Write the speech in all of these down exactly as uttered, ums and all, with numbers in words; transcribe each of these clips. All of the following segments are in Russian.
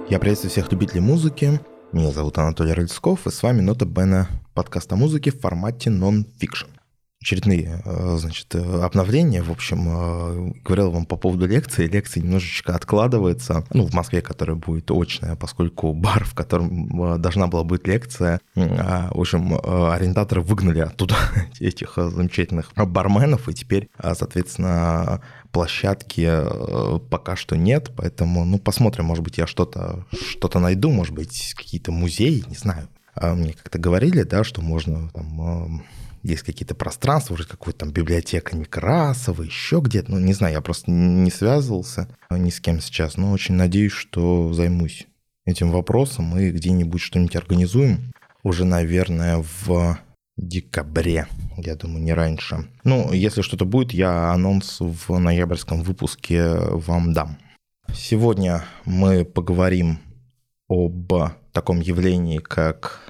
Я приветствую всех любителей музыки. Меня зовут Анатолий Рыльсков, и с вами «Нота Бена», подкаст о музыке в формате нон-фикшн. Очередные, значит, обновления. В общем, говорил вам по поводу лекции. Лекция немножечко откладывается. Ну, в Москве, которая будет очная, поскольку бар, в котором должна была быть лекция, в общем, арендаторы выгнали оттуда этих замечательных барменов, и теперь, соответственно, площадки пока что нет, поэтому, ну, посмотрим, может быть, я что-то, что-то найду, может быть, какие-то музеи, не знаю. Мне как-то говорили, да, что можно там... Есть какие-то пространства, уже какая-то там библиотека Некрасова, еще где-то. Ну, не знаю, я просто не связывался ни с кем сейчас, но очень надеюсь, что займусь этим вопросом и где-нибудь что-нибудь организуем. Уже, наверное, в декабре, я думаю, не раньше. Ну, если что-то будет, я анонс в ноябрьском выпуске вам дам. Сегодня мы поговорим об таком явлении, как...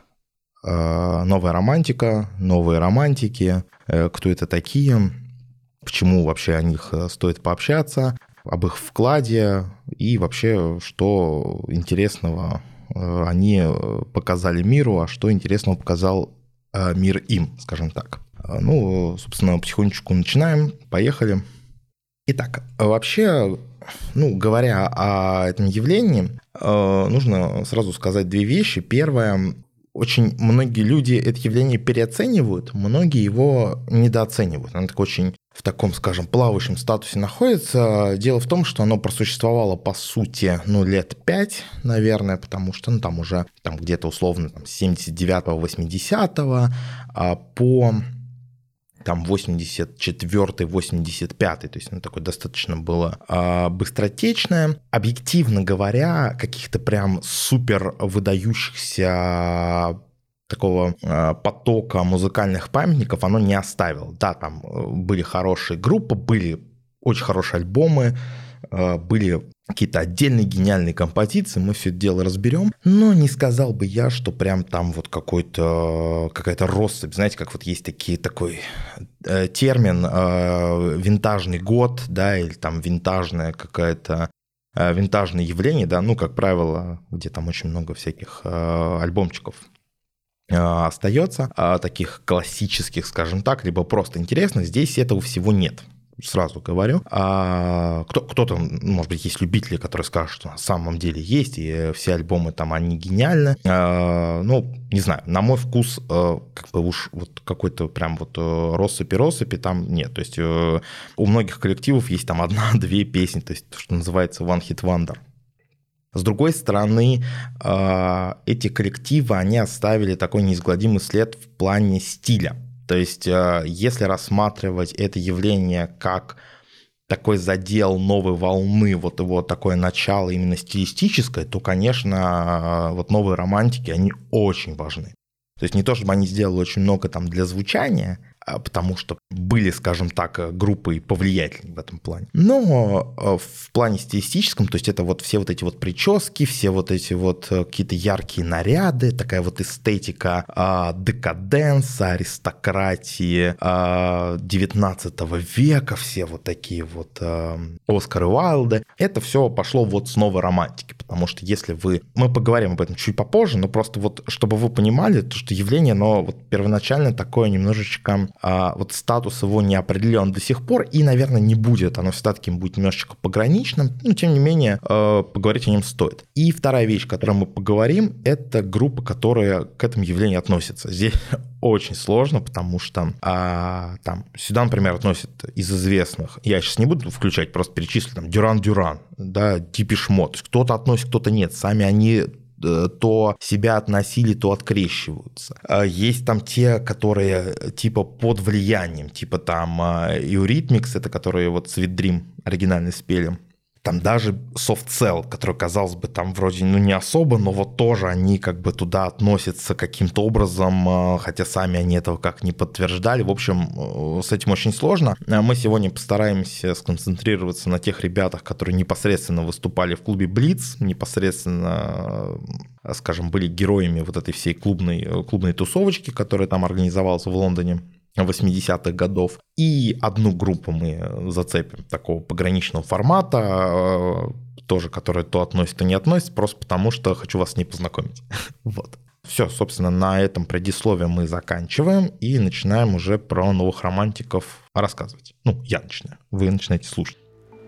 новая романтика, новые романтики, кто это такие, почему вообще о них стоит пообщаться, об их вкладе и вообще, что интересного они показали миру, а что интересного показал мир им, скажем так. Ну, собственно, потихонечку начинаем, поехали. Итак, вообще, ну, говоря о этом явлении, нужно сразу сказать две вещи. Первое, очень многие люди это явление переоценивают, многие его недооценивают. Оно так очень в таком, скажем, плавающем статусе находится. Дело в том, что оно просуществовало, по сути, ну, лет пять, наверное, потому что, ну, там уже там где-то условно там, с семьдесят девятого восьмидесятого а по... там восемьдесят четвёртый восемьдесят пятый, то есть оно такое достаточно было э, быстротечное. Объективно говоря, каких-то прям супер выдающихся такого э, потока музыкальных памятников оно не оставило. Да, там были хорошие группы, были очень хорошие альбомы, э, были какие-то отдельные гениальные композиции, мы все это дело разберем, но не сказал бы я, что прям там вот какой-то, какая-то россыпь, знаете, как вот есть такие, такой э, термин э, винтажный год, да, или там винтажное какое-то э, винтажное явление, да, ну, как правило, где там очень много всяких э, альбомчиков э, остается, э, таких классических, скажем так, либо просто интересных, здесь этого всего нет. Сразу говорю. А кто, кто-то, может быть, есть любители, которые скажут, что на самом деле есть, и все альбомы там, они гениальны. А, ну, не знаю, на мой вкус, как бы уж вот какой-то прям вот россыпи-россыпи там нет. То есть у многих коллективов есть там одна-две песни, то есть то, что называется One Hit Wonder. С другой стороны, эти коллективы, они оставили такой неизгладимый след в плане стиля. То есть, если рассматривать это явление как такой задел новой волны, вот его такое начало именно стилистическое, то, конечно, вот новые романтики, они очень важны. То есть не то, чтобы они сделали очень много там для звучания, потому что были, скажем так, группы повлиятельные в этом плане. Но в плане стилистическом, то есть это вот все вот эти вот прически, все вот эти вот какие-то яркие наряды, такая вот эстетика э, декаденса, аристократии э, девятнадцатого века, все вот такие вот э, Оскары Уайлды. Это все пошло вот с новой романтики, потому что если вы... Мы поговорим об этом чуть попозже, но просто вот, чтобы вы понимали, то, что явление, оно вот первоначально такое немножечко... вот статус его не определен до сих пор и, наверное, не будет. Оно всегда таким будет немножечко пограничным, но, тем не менее, поговорить о нем стоит. И вторая вещь, о которой мы поговорим, это группа, которая к этому явлению относится. Здесь очень сложно, потому что а, там, сюда, например, относят из известных, я сейчас не буду включать, просто перечислю, там, Дюран Дюран, да, Депеш Мод. То есть кто-то относит, кто-то нет. Сами они... то себя относили, то открещиваются. Есть там те, которые типа под влиянием, типа там Eurythmics, это которые вот Sweet Dream оригинально спели. Там даже Soft Cell, который, казалось бы, там вроде ну, не особо, но вот тоже они как бы туда относятся каким-то образом, хотя сами они этого как не подтверждали. В общем, с этим очень сложно. Мы сегодня постараемся сконцентрироваться на тех ребятах, которые непосредственно выступали в клубе Blitz, непосредственно, скажем, были героями вот этой всей клубной, клубной тусовочки, которая там организовалась в Лондоне восьмидесятых годов. И одну группу мы зацепим такого пограничного формата, тоже, которые то относятся, то не относятся, просто потому что хочу вас с ней познакомить. Вот. Все, собственно, на этом предисловии мы заканчиваем и начинаем уже про новых романтиков рассказывать. Ну, я начинаю, вы начинаете слушать.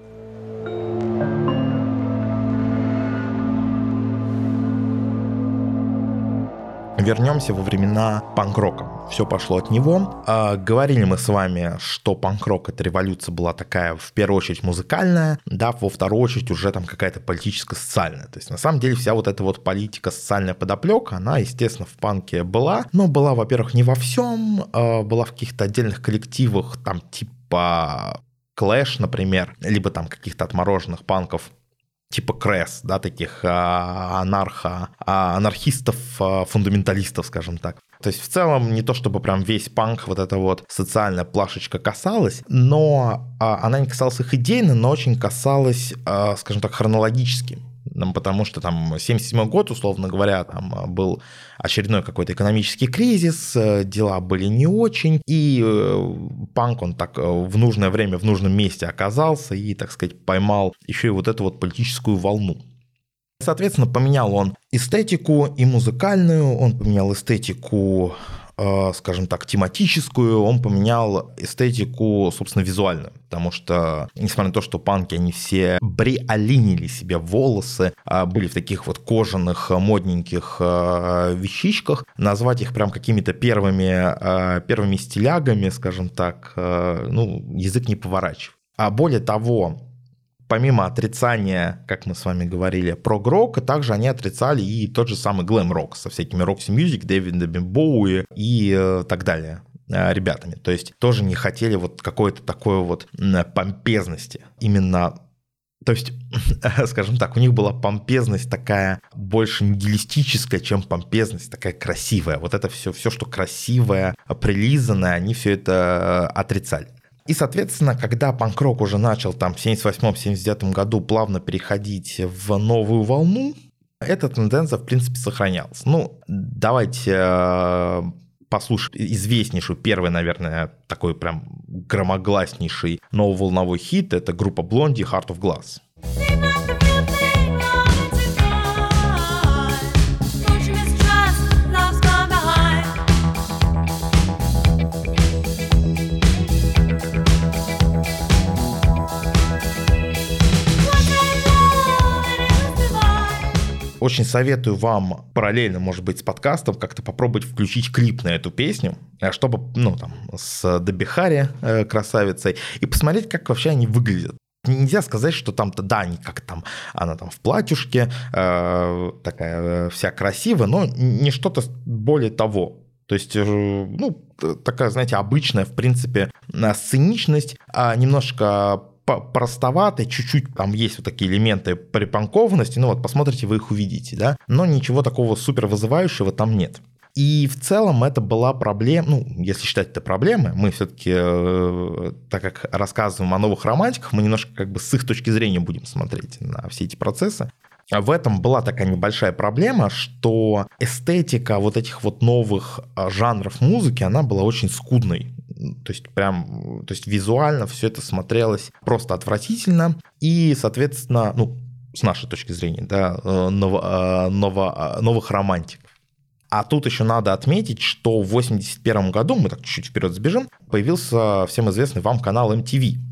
Вернемся во времена панк-рока. Все пошло от него. А, говорили мы с вами, что панк-рок — это революция была такая, в первую очередь, музыкальная, да, во вторую очередь уже там какая-то политическо-социальная. То есть, на самом деле, вся вот эта вот политико-социальная подоплека, она, естественно, в панке была, но была, во-первых, не во всем, а была в каких-то отдельных коллективах, там, типа Clash, например, либо там каких-то отмороженных панков, типа Крэс, да, таких а, анархо, а, анархистов, а, фундаменталистов, скажем так. То есть в целом не то чтобы прям весь панк вот эта вот социальная плашечка касалась, но а, она не касалась их идейно, но очень касалась, а, скажем так, хронологически. Потому что там семьдесят седьмой год, условно говоря, там был очередной какой-то экономический кризис, дела были не очень, и панк, он так в нужное время в нужном месте оказался и, так сказать, поймал еще и вот эту вот политическую волну. Соответственно, поменял он эстетику и музыкальную, он поменял эстетику, скажем так, тематическую, он поменял эстетику, собственно, визуальную. Потому что, несмотря на то, что панки, они все бриолинили себе волосы, были в таких вот кожаных, модненьких вещичках, назвать их прям какими-то первыми, первыми стилягами, скажем так, ну, язык не поворачивает. А более того, помимо отрицания, как мы с вами говорили, прог-рока, также они отрицали и тот же самый глэм-рок со всякими Roxy Music, Дэвидом Боуи и э, так далее ребятами. То есть тоже не хотели вот какой-то такой вот помпезности. Именно, то есть, скажем так, у них была помпезность такая больше нигилистическая, чем помпезность такая красивая. Вот это все, все, что красивое, прилизанное, они все это отрицали. И, соответственно, когда панк-рок уже начал там в семьдесят восьмом — семьдесят девятом году плавно переходить в новую волну, эта тенденция, в принципе, сохранялась. Ну, давайте послушаем известнейший, первый, наверное, такой прям громогласнейший нововолновой хит. Это группа Blondie, Heart of Glass. Очень советую вам параллельно, может быть, с подкастом как-то попробовать включить клип на эту песню, чтобы, ну, там, с Дебби Харри, э, красавицей, и посмотреть, как вообще они выглядят. Нельзя сказать, что там-то, да, они как там, она там в платьюшке, э, такая вся красивая, но не что-то более того. То есть, э, ну, такая, знаете, обычная, в принципе, сценичность, а немножко простоватый, чуть-чуть там есть вот такие элементы припанкованности, ну вот посмотрите, вы их увидите, да, но ничего такого супер вызывающего там нет. И в целом это была проблема, ну, если считать это проблемой, мы все-таки, э, так как рассказываем о новых романтиках, мы немножко как бы с их точки зрения будем смотреть на все эти процессы. В этом была такая небольшая проблема, что эстетика вот этих вот новых жанров музыки, она была очень скудной. То есть прям, то есть визуально все это смотрелось просто отвратительно. И, соответственно, ну, с нашей точки зрения, да, ново, ново, новых романтиков. А тут еще надо отметить, что в восемьдесят первом году, мы так чуть-чуть вперед сбежим, появился всем известный вам канал эм ти ви.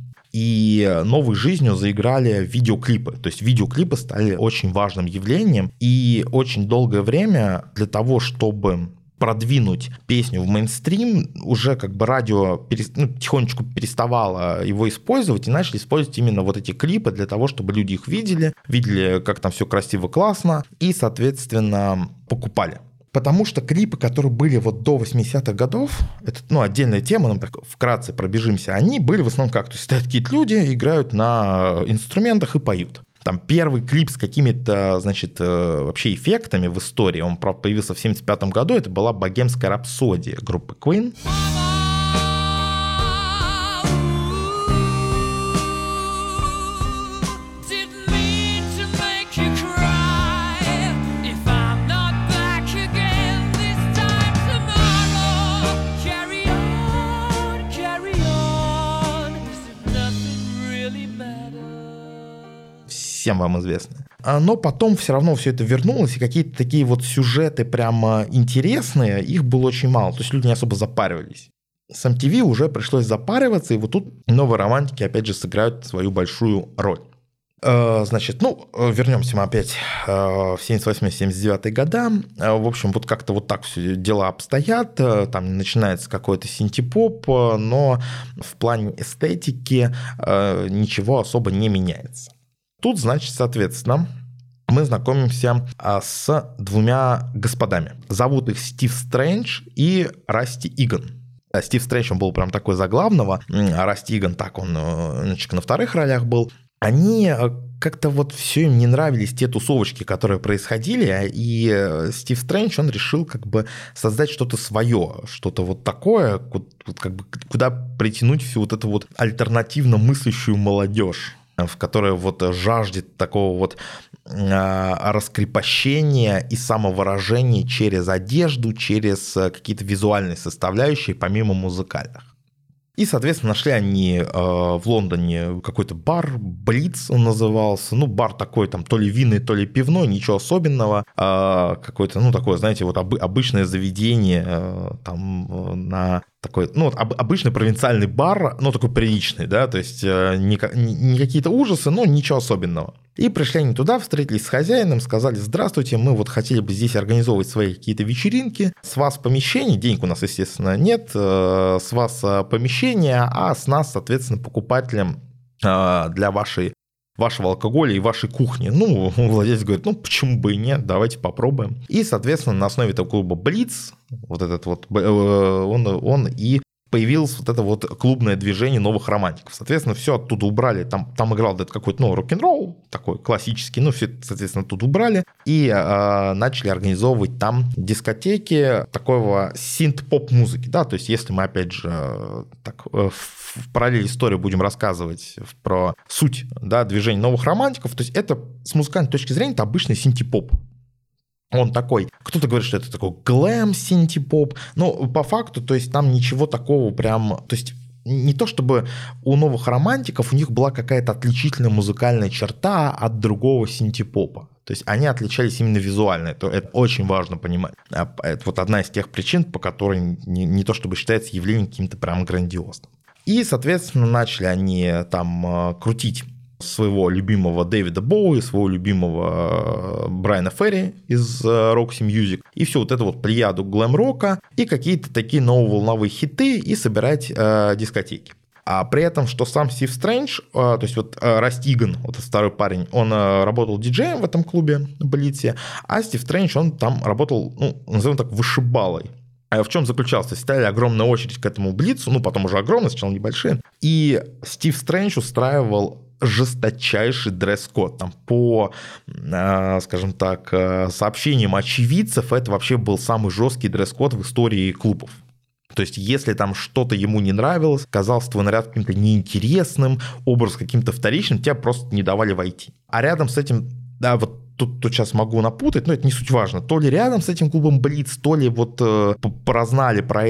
И новой жизнью заиграли видеоклипы. То есть видеоклипы стали очень важным явлением. И очень долгое время для того, чтобы продвинуть песню в мейнстрим, уже как бы радио перес... ну, тихонечку переставало его использовать и начали использовать именно вот эти клипы для того, чтобы люди их видели, видели, как там все красиво, классно, и, соответственно, покупали. Потому что клипы, которые были вот до восьмидесятых годов, это, ну, отдельная тема, мы так вкратце пробежимся, они были в основном как? То есть стоят какие-то люди, играют на инструментах и поют. Там первый клип с какими-то, значит, вообще эффектами в истории, он появился в семьдесят пятом году, это была «Богемская рапсодия» группы Queen. В всем вам известные. Но потом все равно все это вернулось, и какие-то такие вот сюжеты прямо интересные, их было очень мало, то есть люди не особо запаривались. С эм ти ви уже пришлось запариваться, и вот тут новые романтики опять же сыграют свою большую роль. Значит, ну, вернемся мы опять в семьдесят восьмой — семьдесят девятый года. В общем, вот как-то вот так все дела обстоят. Там начинается какой-то синтепоп, но в плане эстетики ничего особо не меняется. Тут, значит, соответственно, мы знакомимся с двумя господами. Зовут их Стив Стрэндж и Расти Иган. Стив Стрэндж, он был прям такой за главного, а Расти Иган так, он немножечко на вторых ролях был. Они как-то вот все им не нравились, те тусовочки, которые происходили, и Стив Стрэндж, он решил как бы создать что-то свое, что-то вот такое, вот, как бы, куда притянуть всю вот эту вот альтернативно мыслящую молодежь, в которой вот жаждет такого вот раскрепощения и самовыражения через одежду, через какие-то визуальные составляющие, помимо музыкальных. И, соответственно, нашли они э, в Лондоне какой-то бар, Блиц он назывался, ну, бар такой, там, то ли винный, то ли пивной, ничего особенного, э, какое-то, ну, такое, знаете, вот об, обычное заведение, э, там, э, на такой, ну, вот об, обычный провинциальный бар, ну, такой приличный, да, то есть э, не, не, не какие-то ужасы, но ничего особенного. И пришли они туда, встретились с хозяином, сказали: здравствуйте, мы вот хотели бы здесь организовывать свои какие-то вечеринки, с вас помещение, денег у нас, естественно, нет, э, с вас помещение, а с нас, соответственно, покупателем э, для вашей, вашего алкоголя и вашей кухни. Ну, владелец говорит: ну, почему бы и нет, давайте попробуем. И, соответственно, на основе такого клуба Блиц, вот этот вот, э, он, он и появилось вот это вот клубное движение новых романтиков. Соответственно, все оттуда убрали. Там, там играл какой-то, ну, рок-н-ролл такой классический. Ну, все это, соответственно, оттуда убрали. И э, начали организовывать там дискотеки такого синт-поп-музыки. Да? То есть, если мы, опять же, так, в параллель истории будем рассказывать про суть, да, движения новых романтиков, то есть это с музыкальной точки зрения это обычный синти-поп. Он такой, кто-то говорит, что это такой глэм-синти-поп, но по факту, то есть там ничего такого прям, то есть не то чтобы у новых романтиков у них была какая-то отличительная музыкальная черта от другого синти-попа. То есть они отличались именно визуально, это, это очень важно понимать. Это вот одна из тех причин, по которой не, не то чтобы считается явлением каким-то прям грандиозным. И, соответственно, начали они там крутить своего любимого Дэвида Боуи, своего любимого Брайана Ферри из Roxy Music, и всю вот эту вот плеяду глэм-рока, и какие-то такие нововолновые хиты, и собирать э, дискотеки. А при этом, что сам Стив Стрэндж, э, то есть вот э, Расти Иган, вот этот старый парень, он э, работал диджеем в этом клубе Блице, а Стив Стрэндж, он там работал, ну, назовем так, вышибалой. А в чем заключался? Стояли огромная очередь к этому Блицу, ну, потом уже огромная, сначала небольшие, и Стив Стрэндж устраивал жесточайший дресс-код. Там по, скажем так, сообщениям очевидцев, это вообще был самый жесткий дресс-код в истории клубов. То есть, если там что-то ему не нравилось, казался твой наряд каким-то неинтересным, образ каким-то вторичным, тебя просто не давали войти. А рядом с этим, да, вот Тут, тут сейчас могу напутать, но это не суть важно. То ли рядом с этим клубом Блиц, то ли вот э, прознали про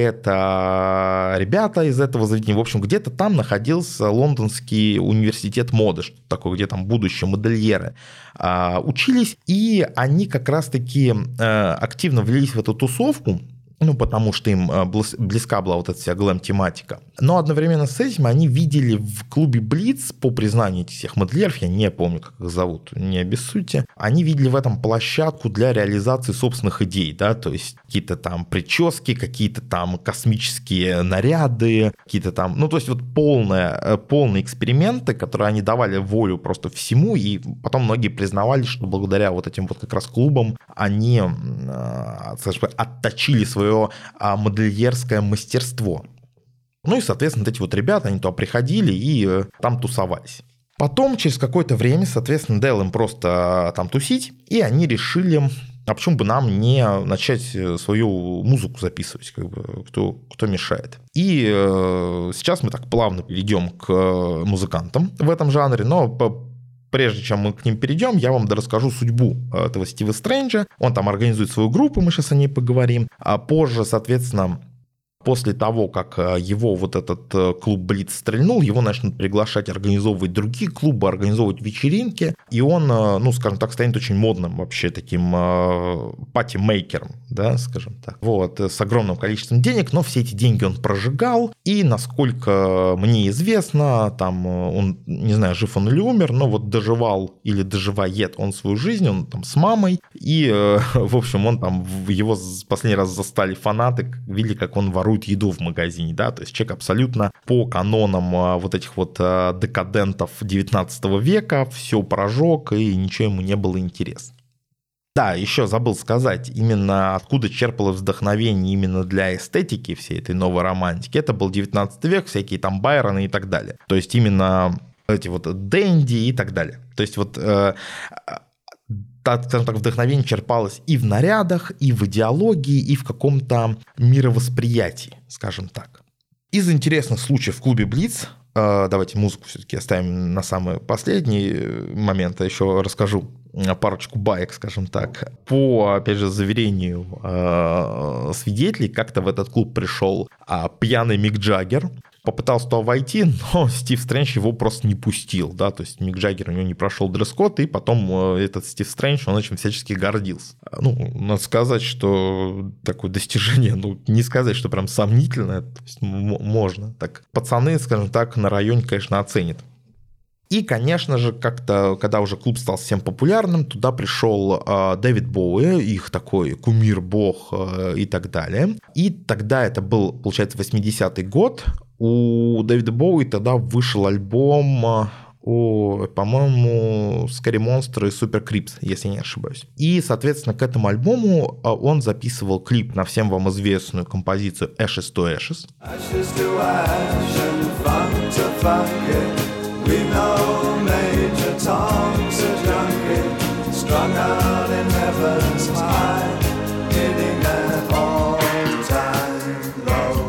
это ребята из этого заведения. В общем, где-то там находился Лондонский университет моды, что такое, где там будущие модельеры э, учились. И они как раз-таки э, активно влились в эту тусовку. Ну, потому что им близка была вот эта вся глэм-тематика. Но одновременно с этим они видели в клубе Блиц, по признанию этих всех модельеров, я не помню, как их зовут, не обессудьте, они видели в этом площадку для реализации собственных идей, да, то есть какие-то там прически, какие-то там космические наряды, какие-то там, ну, то есть вот полные, полные эксперименты, которые они давали волю просто всему, и потом многие признавали, что благодаря вот этим вот как раз клубам они, скажем, отточили свою модельерское мастерство. Ну и, соответственно, эти вот ребята, они туда приходили и там тусовались. Потом, через какое-то время, соответственно, дал им просто там тусить, и они решили, а почему бы нам не начать свою музыку записывать, как бы, кто, кто мешает. И э, сейчас мы так плавно перейдем к музыкантам в этом жанре, но по прежде чем мы к ним перейдем, я вам расскажу судьбу этого Стива Стрэнджа. Он там организует свою группу, мы сейчас о ней поговорим. А позже, соответственно, после того, как его вот этот клуб Блиц стрельнул, его начнут приглашать организовывать другие клубы, организовывать вечеринки, и он, ну, скажем так, станет очень модным вообще таким пати-мейкером, да, скажем так, вот, с огромным количеством денег, но все эти деньги он прожигал, и, насколько мне известно, там, он, не знаю, жив он или умер, но вот доживал или доживает он свою жизнь, он там с мамой, и, в общем, он там, его последний раз застали фанаты, видели, как он ворует еду в магазине, да, то есть человек абсолютно по канонам вот этих вот декадентов девятнадцатого века все прожег, и ничего ему не было интересно. Да, еще забыл сказать, именно откуда черпалось вдохновение именно для эстетики всей этой новой романтики. Это был девятнадцатый век, всякие там Байроны и так далее. То есть именно эти вот Дэнди и так далее. То есть вот, э, так, скажем так, вдохновение черпалось и в нарядах, и в идеологии, и в каком-то мировосприятии, скажем так. Из интересных случаев в клубе Блиц, э, давайте музыку все-таки оставим на самый последний момент, а еще расскажу парочку баек, скажем так. По, опять же, заверению э, свидетелей, как-то в этот клуб пришел э, пьяный Мик Джаггер, попытался туда войти, но Стив Стрэндж его просто не пустил, да, то есть Мик Джаггер у него не прошел дресс-код, и потом э, этот Стив Стрэндж, он этим всячески гордился. Ну, надо сказать, что такое достижение, ну, не сказать, что прям сомнительное, то есть м- можно. Так, пацаны, скажем так, на районе, конечно, оценят. И, конечно же, как-то, когда уже клуб стал совсем популярным, туда пришел э, Дэвид Боуи, их такой кумир, бог э, и так далее. И тогда это был, получается, восьмидесятый год. У Дэвида Боуи тогда вышел альбом, э, о, по-моему, Scary Monster и Super Creeps, если не ошибаюсь. И, соответственно, к этому альбому э, он записывал клип на всем вам известную композицию Ashes to Ashes. Ashes to ash and fun to fuck it. We know Major Tom's a junkie, strung out in heaven's high, hitting an all-time low.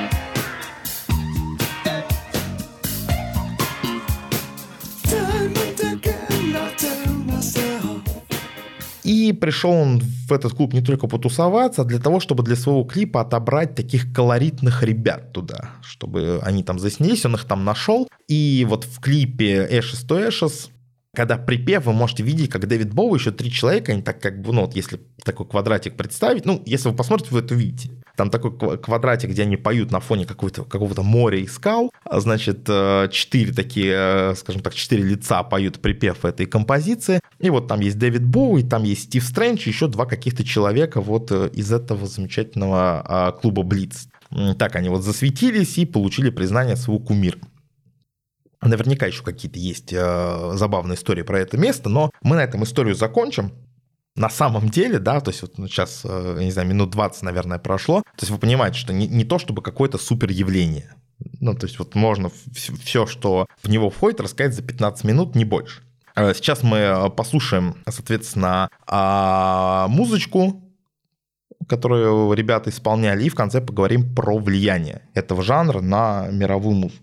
Time and again I tell myself. И пришел он в этот клуб не только потусоваться, а для того, чтобы для своего клипа отобрать таких колоритных ребят туда, чтобы они там заснялись, он их там нашел. И вот в клипе Ashes to Ashes, когда припев, вы можете видеть, как Дэвид Боуи, еще три человека, они так как бы, ну вот если такой квадратик представить, ну если вы посмотрите, вы это увидите. Там такой квадратик, где они поют на фоне какого-то, какого-то моря и скал. Значит, четыре такие, скажем так, четыре лица поют припев этой композиции. И вот там есть Дэвид Боуи, там есть Стив Стрэндж, еще два каких-то человека вот из этого замечательного клуба Блиц. Так они вот засветились и получили признание своего кумира. Наверняка еще какие-то есть забавные истории про это место, но мы на этом историю закончим. На самом деле, да, то есть вот сейчас, я не знаю, минут двадцать, наверное, прошло. То есть вы понимаете, что не, не то чтобы какое-то супер явление. Ну, то есть вот можно все, что в него входит, рассказать за пятнадцать минут, не больше. Сейчас мы послушаем, соответственно, музычку, которую ребята исполняли, и в конце поговорим про влияние этого жанра на мировую музыку.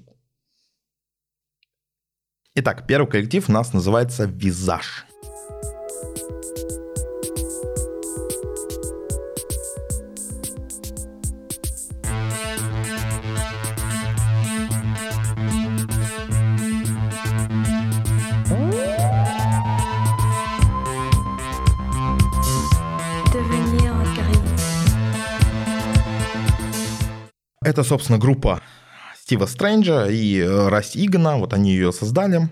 Итак, первый коллектив у нас называется «Визаж». Это, собственно, группа Стива Стрэнджа и Расти Игана, вот они ее создали.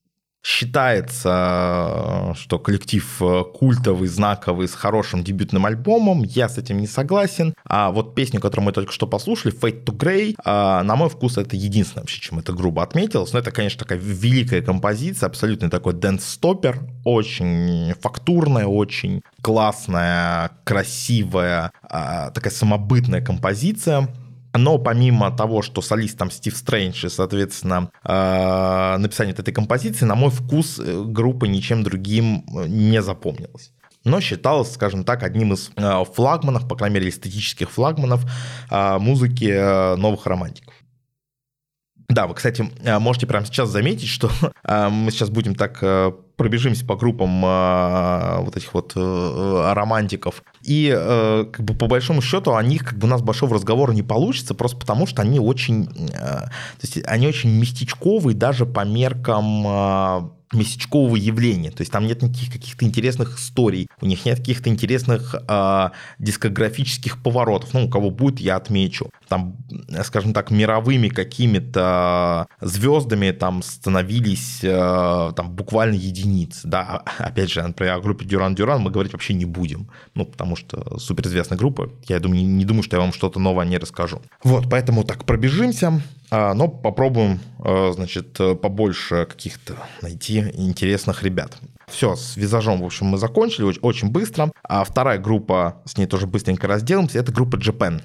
Считается, что коллектив культовый, знаковый, с хорошим дебютным альбомом. Я с этим не согласен. А вот песню, которую мы только что послушали, Fade to Grey, на мой вкус, это единственное вообще, чем это грубо отметилось. Но это, конечно, такая великая композиция, абсолютно такой дэнс-стоппер, очень фактурная, очень классная, красивая, такая самобытная композиция. Но помимо того, что солист там Стив Стрэндж и, соответственно, написание этой композиции, на мой вкус группа ничем другим не запомнилась. Но считалась, скажем так, одним из флагманов, по крайней мере, эстетических флагманов музыки новых романтиков. Да, вы, кстати, можете прямо сейчас заметить, что мы сейчас будем так пробежимся по группам э, вот этих вот э, романтиков. И э, как бы по большому счету о них как бы у нас большого разговора не получится, просто потому что они очень, э, то есть они очень местечковые даже по меркам э, местечкового явления. То есть там нет никаких каких-то интересных историй, у них нет каких-то интересных э, дискографических поворотов. Ну, у кого будет, я отмечу. Там, скажем так, мировыми какими-то звездами там становились э, там буквально единицы. Да? Опять же, например, о группе Duran Duran мы говорить вообще не будем. Ну, потому что суперизвестная группа. Я думаю, не, не думаю, что я вам что-то новое не расскажу. Вот, поэтому так пробежимся. Но попробуем, значит, побольше каких-то найти интересных ребят. Все, с визажом, в общем, мы закончили очень быстро. А вторая группа, с ней тоже быстренько разделаемся, это группа Japan.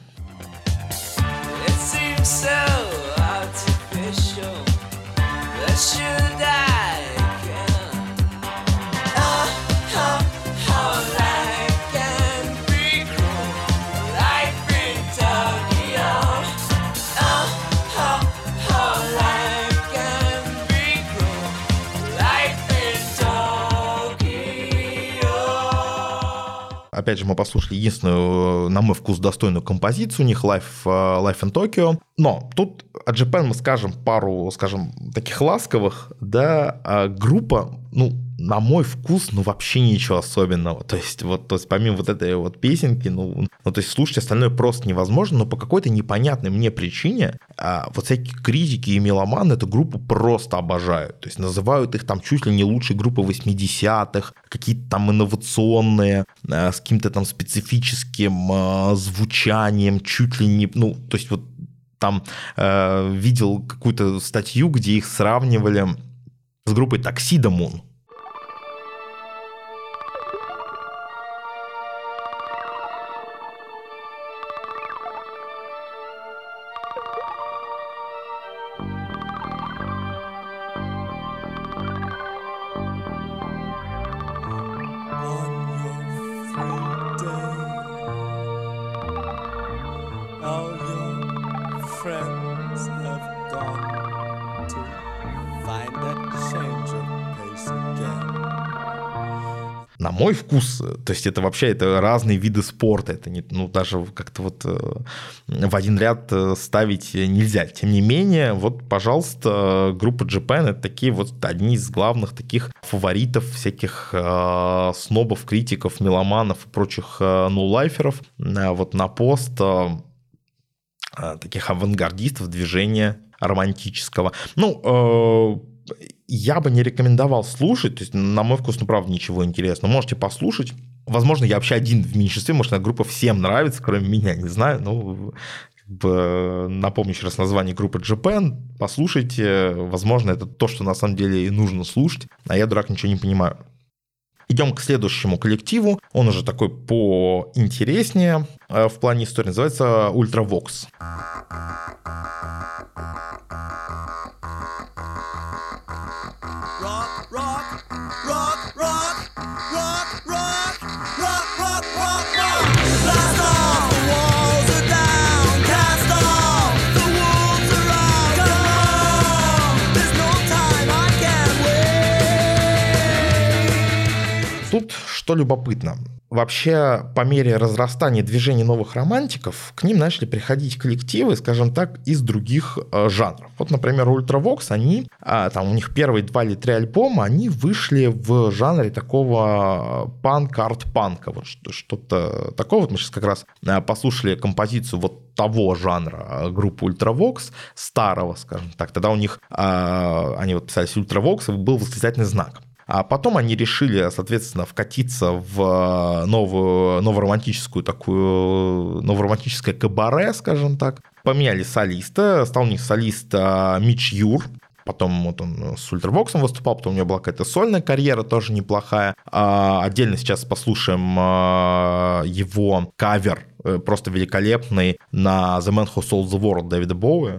Опять же, мы послушали единственную, на мой вкус, достойную композицию у них Life, Life in Tokyo. Но тут о Japan мы скажем пару, скажем, таких ласковых, да, группа, ну, на мой вкус, ну, вообще ничего особенного. То есть, вот, то есть помимо вот этой вот песенки, ну, ну, то есть слушать остальное просто невозможно, но по какой-то непонятной мне причине а, вот всякие критики и меломаны эту группу просто обожают. То есть называют их там чуть ли не лучшей группой восьмидесятых, какие-то там инновационные, а, с каким-то там специфическим а, звучанием, чуть ли не, ну, то есть вот там э, видел какую-то статью, где их сравнивали с группой Tuxedo Moon. На мой вкус, то есть это вообще это разные виды спорта, это не, ну, даже как-то вот в один ряд ставить нельзя. Тем не менее, вот, пожалуйста, группа Japan — это такие вот одни из главных таких фаворитов всяких э, снобов, критиков, меломанов и прочих э, ноулайферов э, вот на пост э, таких авангардистов движения романтического. Ну, э, я бы не рекомендовал слушать, то есть, на мой вкус, ну, правда, ничего интересного. Можете послушать. Возможно, я вообще один в меньшинстве, может, эта группа всем нравится, кроме меня, не знаю. Ну, как бы, напомню еще раз название группы Japan. Послушайте. Возможно, это то, что на самом деле и нужно слушать, а я, дурак, ничего не понимаю. Идем к следующему коллективу. Он уже такой поинтереснее в плане истории. Называется Ultravox. Тут что любопытно. Вообще, по мере разрастания движений новых романтиков, к ним начали приходить коллективы, скажем так, из других э, жанров. Вот, например, Ultravox, они, э, там у них первые два или три альбома, они вышли в жанре такого панк-арт-панка. Вот что-то такого. Вот мы сейчас как раз э, послушали композицию вот того жанра группы Ultravox, старого, скажем так. Тогда у них, э, они вот писались Ultravox, и был восклицательный знак. А потом они решили, соответственно, вкатиться в новую, новоромантическую такую, новоромантическое кабаре, скажем так. Поменяли солиста, стал у них солист Мич Юр. Потом вот он с Ultravox выступал, потом у него была какая-то сольная карьера, тоже неплохая. А отдельно сейчас послушаем его кавер, просто великолепный, на The Man Who Sold the World Дэвида Боуи.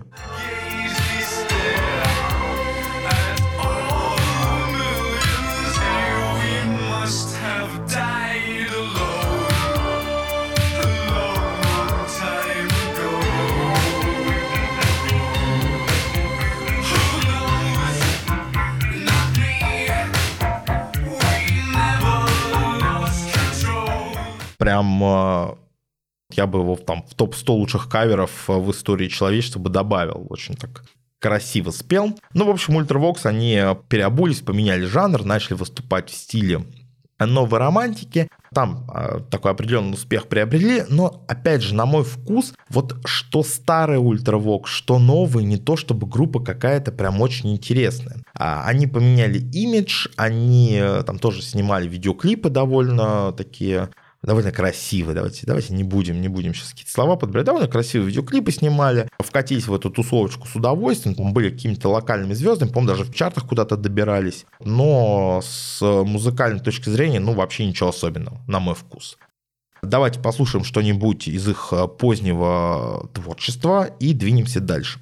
прям, я бы его там в топ сто лучших каверов в истории человечества бы добавил. Очень так красиво спел. Ну, в общем, Ультравокс, они переобулись, поменяли жанр, начали выступать в стиле новой романтики. Там э, такой определенный успех приобрели, но, опять же, на мой вкус, вот что старый Ультравокс, что новый, не то чтобы группа какая-то прям очень интересная. А, они поменяли имидж, они э, там тоже снимали видеоклипы довольно такие... довольно красивые, давайте, давайте не будем, не будем сейчас какие-то слова подбирать, довольно красивые видеоклипы снимали, вкатились в эту тусовочку с удовольствием, там были какими-то локальными звездами, по-моему, даже в чартах куда-то добирались, но с музыкальной точки зрения, ну, вообще ничего особенного, на мой вкус. Давайте послушаем что-нибудь из их позднего творчества и двинемся дальше.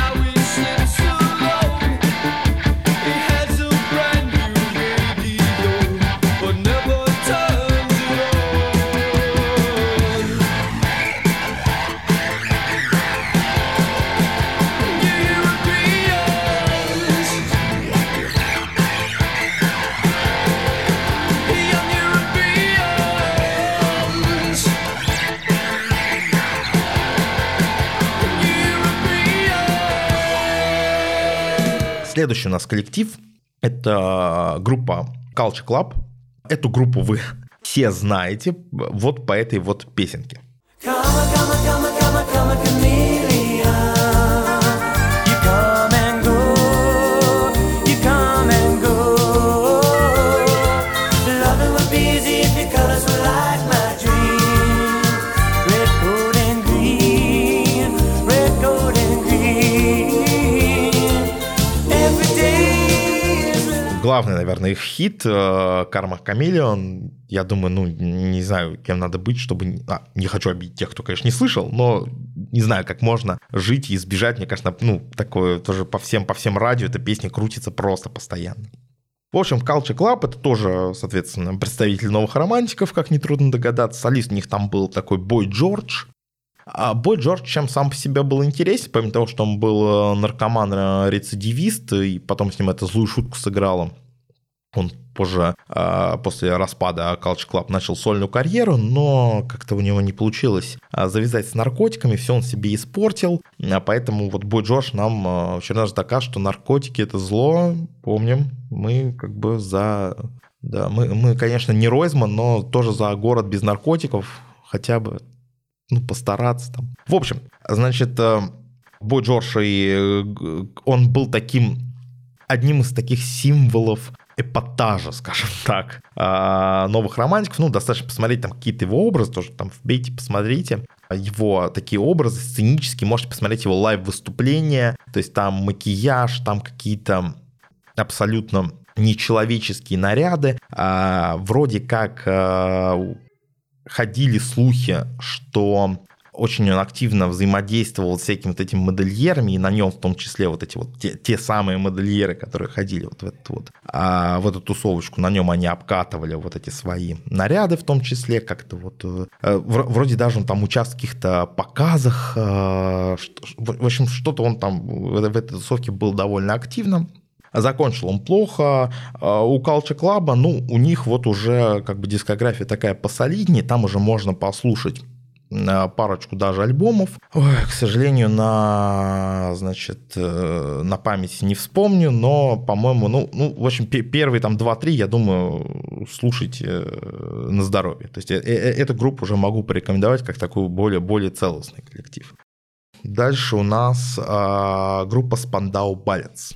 Следующий у нас коллектив – это группа Culture Club. Эту группу вы все знаете вот по этой вот песенке. Главный, наверное, их хит «Karma Chameleon». Я думаю, ну, не знаю, кем надо быть, чтобы... А, не хочу обидеть тех, кто, конечно, не слышал, но не знаю, как можно жить и избежать. Мне кажется, ну, такое тоже по всем, по всем радио эта песня крутится просто постоянно. В общем, Culture Club — это тоже, соответственно, представитель новых романтиков, как нетрудно догадаться. Солист у них там был такой Бой Джордж. А Бой Джордж чем сам по себе был интересен, помимо того, что он был наркоман-рецидивист, и потом с ним это злую шутку сыграло. Он позже, после распада Culture Club, начал сольную карьеру, но как-то у него не получилось завязать с наркотиками, все он себе испортил, поэтому вот Бой Джордж нам в очередной раз докажет, что наркотики – это зло, помним, мы как бы за... Да, мы, мы, конечно, не Ройзман, но тоже за город без наркотиков, хотя бы... Ну, постараться там. В общем, значит, Бой Джордж, он был таким, одним из таких символов эпатажа, скажем так, новых романтиков. Ну, достаточно посмотреть там какие-то его образы, тоже там вбейте, посмотрите. Его такие образы сценические, можете посмотреть его лайв-выступления, то есть там макияж, там какие-то абсолютно нечеловеческие наряды. Вроде как... Ходили слухи, что очень он активно взаимодействовал с всякими вот этими модельерами, и на нем в том числе вот эти вот те, те самые модельеры, которые ходили вот в, этот вот, а, в эту тусовочку, на нем они обкатывали вот эти свои наряды в том числе, как-то вот, а, вроде даже он там участвовал в каких-то показах, а, что, в общем, что-то он там в, в этой тусовке был довольно активным. Закончил он плохо. У Culture Club, ну, у них вот уже как бы дискография такая посолиднее, там уже можно послушать парочку даже альбомов. Ой, к сожалению, на, значит, на памяти не вспомню, но, по-моему, ну, ну в общем, первые там два-три, я думаю, слушайте на здоровье. То есть эту группу уже могу порекомендовать как такой более, более целостный коллектив. Дальше у нас а, группа Spandau Ballet.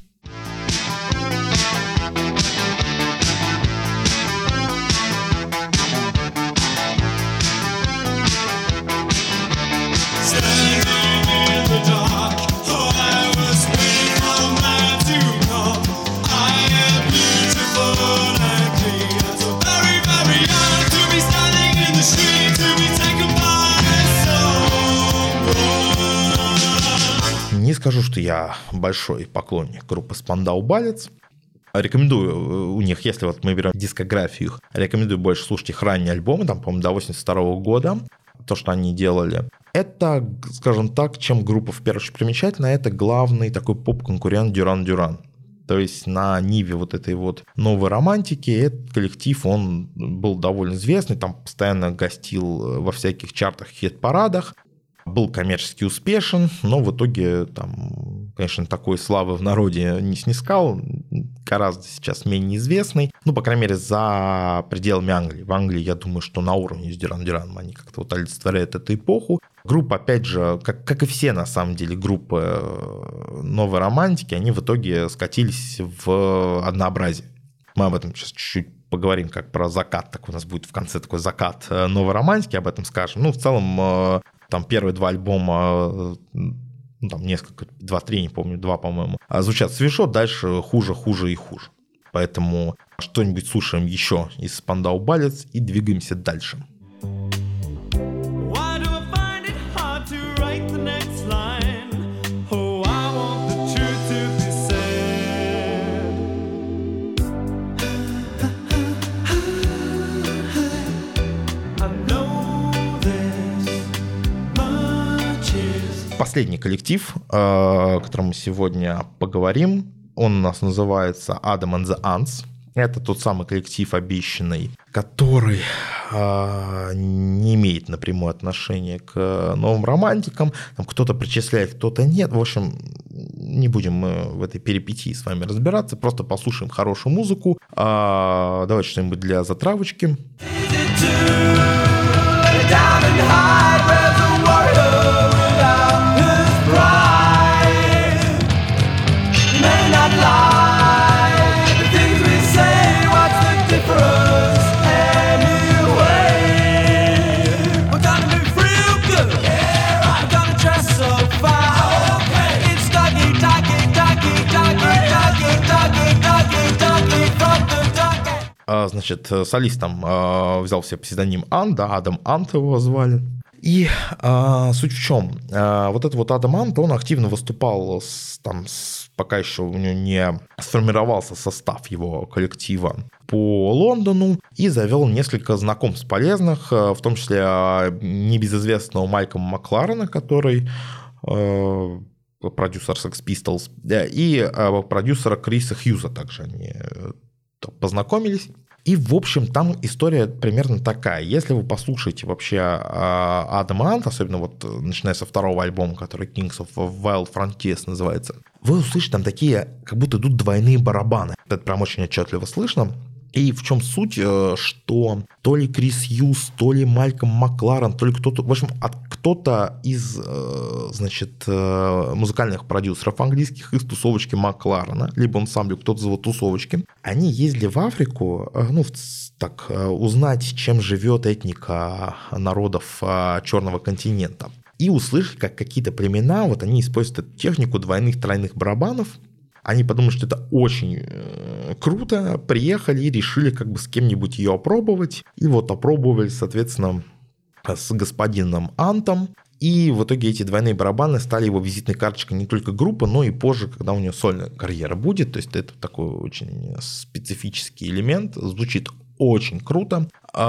Не скажу, что я большой поклонник группы Spandau Ballet. Рекомендую у них, если вот мы берем дискографию их, рекомендую больше слушать их ранние альбомы, там, по-моему, до восемьдесят второго года, то, что они делали. Это, скажем так, чем группа в первую очередь примечательна, это главный такой поп-конкурент Duran Duran. То есть на ниве вот этой вот новой романтики этот коллектив, он был довольно известный, там постоянно гостил во всяких чартах, хит-парадах, был коммерчески успешен, но в итоге там, конечно, такой славы в народе не снискал, гораздо сейчас менее известный, ну, по крайней мере, за пределами Англии. В Англии, я думаю, что на уровне с Дюран Дюран они как-то вот олицетворяют эту эпоху. Группа, опять же, как, как и все, на самом деле, группы новой романтики, они в итоге скатились в однообразие. Мы об этом сейчас чуть-чуть поговорим, как про закат, так у нас будет в конце такой закат новой романтики, об этом скажем. Ну, в целом, там первые два альбома, ну, там несколько, два-три, не помню, два, по-моему, звучат свежо, дальше хуже, хуже и хуже. Поэтому что-нибудь слушаем еще из Spandau Ballet и двигаемся дальше. Последний коллектив, о котором мы сегодня поговорим, он у нас называется Adam and the Ants. Это тот самый коллектив обещанный, который э, не имеет напрямую отношения к новым романтикам. Там кто-то причисляет, кто-то нет. В общем, не будем мы в этой перипетии с вами разбираться. Просто послушаем хорошую музыку. Э, давайте что-нибудь для затравочки. Значит, солистом э, взял себе псевдоним Ан, да, Адам Ант его звали. И э, суть в чем? Э, вот этот вот Адам Ант, он активно выступал, с, там, с, пока еще у него не сформировался состав его коллектива по Лондону, и завел несколько знакомств полезных, в том числе небезызвестного Малькома Макларена, который э, продюсер Sex Pistols, и э, продюсера Криса Хьюза также они познакомились. И, в общем, там история примерно такая. Если вы послушаете вообще Адама Анта, особенно вот начиная со второго альбома, который Kings of Wild Frontiers называется, вы услышите там такие, как будто идут двойные барабаны. Это прям очень отчетливо слышно. И в чем суть, что то ли Крис Хьюз, то ли Мальком Макларен, то ли кто-то, в общем, от кто-то из, значит, музыкальных продюсеров английских из тусовочки Макларена, либо ансамбля кто-то из его тусовочки, они ездили в Африку, ну, так, узнать, чем живет этника народов Черного континента. И услышать, как какие-то племена, вот они используют эту технику двойных, тройных барабанов. Они подумали, что это очень круто, приехали и решили как бы с кем-нибудь ее опробовать. И вот опробовали, соответственно, с господином Антом. И в итоге эти двойные барабаны стали его визитной карточкой не только группы, но и позже, когда у него сольная карьера будет. То есть это такой очень специфический элемент. Звучит очень круто.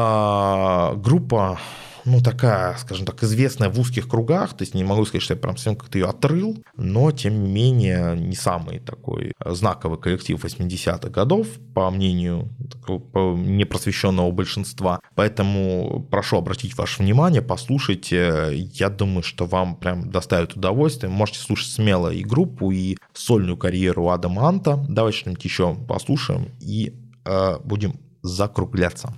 А группа... ну, такая, скажем так, известная в узких кругах, то есть не могу сказать, что я прям совсем как-то ее отрыл, но, тем не менее, не самый такой знаковый коллектив восьмидесятых годов, по мнению такого непросвещенного большинства. Поэтому прошу обратить ваше внимание, послушайте, я думаю, что вам прям доставит удовольствие. Можете слушать смело и группу, и сольную карьеру Адама Анта. Давайте что-нибудь еще послушаем и э, будем закругляться.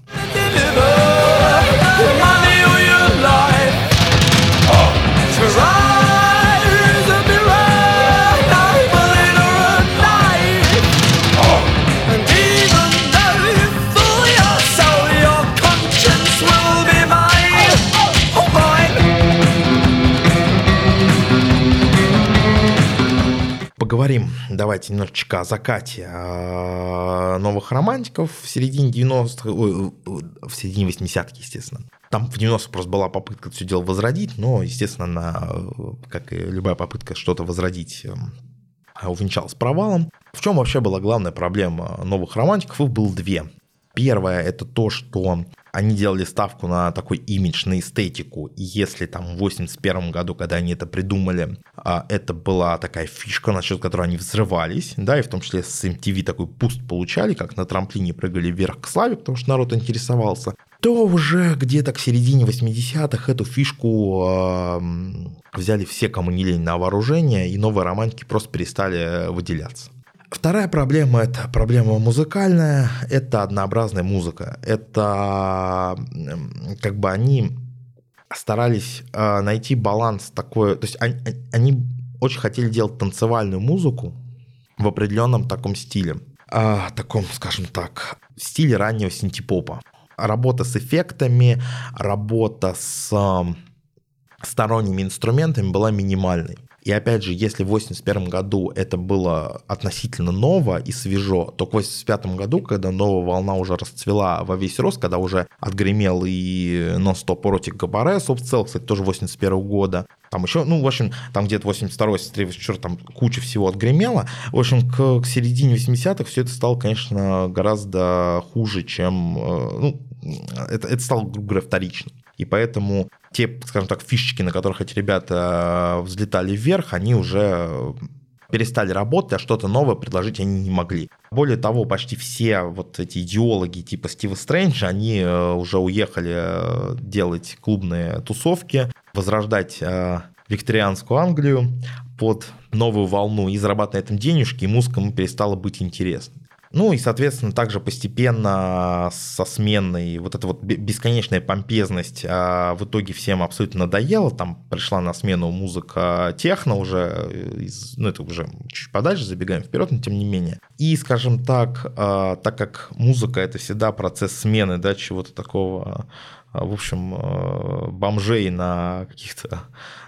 Поговорим, давайте немножечко о закате новых романтиков в середине девяностых, в середине восьмидесятых, естественно. Там в девяностых просто была попытка это все дело возродить, но, естественно, она, как и любая попытка что-то возродить, увенчалась провалом. В чем вообще была главная проблема новых романтиков? Их было две. Первое – это то, что они делали ставку на такой имидж, на эстетику. И если там в восемьдесят первом году, когда они это придумали, это была такая фишка, насчет которой они взрывались, да, и в том числе с эм ти ви такой пуст получали, как на трамплине прыгали вверх к славе, потому что народ интересовался, то уже где-то к середине восьмидесятых эту фишку э, взяли все, кому не лень, на вооружение, и новые романтики просто перестали выделяться. Вторая проблема – это проблема музыкальная, это однообразная музыка. Это как бы они старались э, найти баланс такой, то есть они, они очень хотели делать танцевальную музыку в определенном таком стиле, э, таком, скажем так, стиле раннего синтепопа. Работа с эффектами, работа с сторонними инструментами была минимальной. И опять же, если в восемьдесят первом году это было относительно ново и свежо, то к восемьдесят пятому году, когда новая волна уже расцвела во весь рост, когда уже отгремел и Non-Stop Erotic Cabaret, Soft Cell, кстати, тоже восемьдесят первого года, там еще, ну, в общем, там где-то восемьдесят второй, восемьдесят третий, восемьдесят четвёртый, там куча всего отгремела. В общем, к, к середине восьмидесятых все это стало, конечно, гораздо хуже, чем, ну, это, это стало, грубо говоря, вторичным. И поэтому те, скажем так, фишечки, на которых эти ребята взлетали вверх, они уже перестали работать, а что-то новое предложить они не могли. Более того, почти все вот эти идеологи типа Стива Стрэнджа, они уже уехали делать клубные тусовки, возрождать викторианскую Англию под новую волну и зарабатывать на этом денежки, и музыка ему перестала быть интересной. Ну и, соответственно, также постепенно со сменой вот эта вот бесконечная помпезность в итоге всем абсолютно надоела. Там пришла на смену музыка техно уже, ну это уже чуть подальше, забегаем вперед, но тем не менее. И, скажем так, так как музыка — это всегда процесс смены, да, чего-то такого, в общем, бомжей на каких-то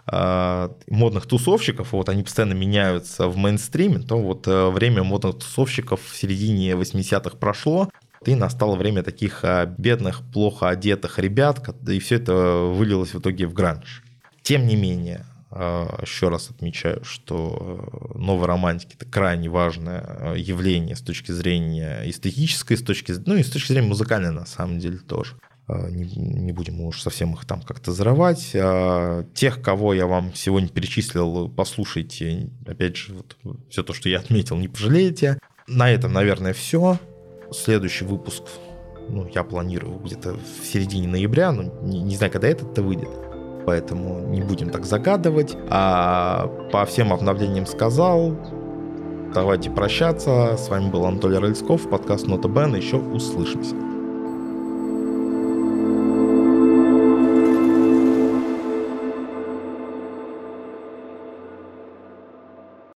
модных тусовщиков, вот они постоянно меняются в мейнстриме, то вот время модных тусовщиков в середине восьмидесятых прошло, и настало время таких бедных, плохо одетых ребят, и все это вылилось в итоге в гранж. Тем не менее, еще раз отмечаю, что новая романтика – это крайне важное явление с точки зрения эстетической, с точки, ну и с точки зрения музыкальной на самом деле тоже. Не, не будем уж совсем их там как-то зарывать. Тех, кого я вам сегодня перечислил, послушайте. Опять же, вот, все то, что я отметил, не пожалеете. На этом, наверное, все. Следующий выпуск, ну, я планирую где-то в середине ноября, но не, не знаю, когда этот-то выйдет. Поэтому не будем так загадывать. А по всем обновлениям сказал. Давайте прощаться. С вами был Анатолий Рыльсков, подкаст Нота Бен. Еще услышимся.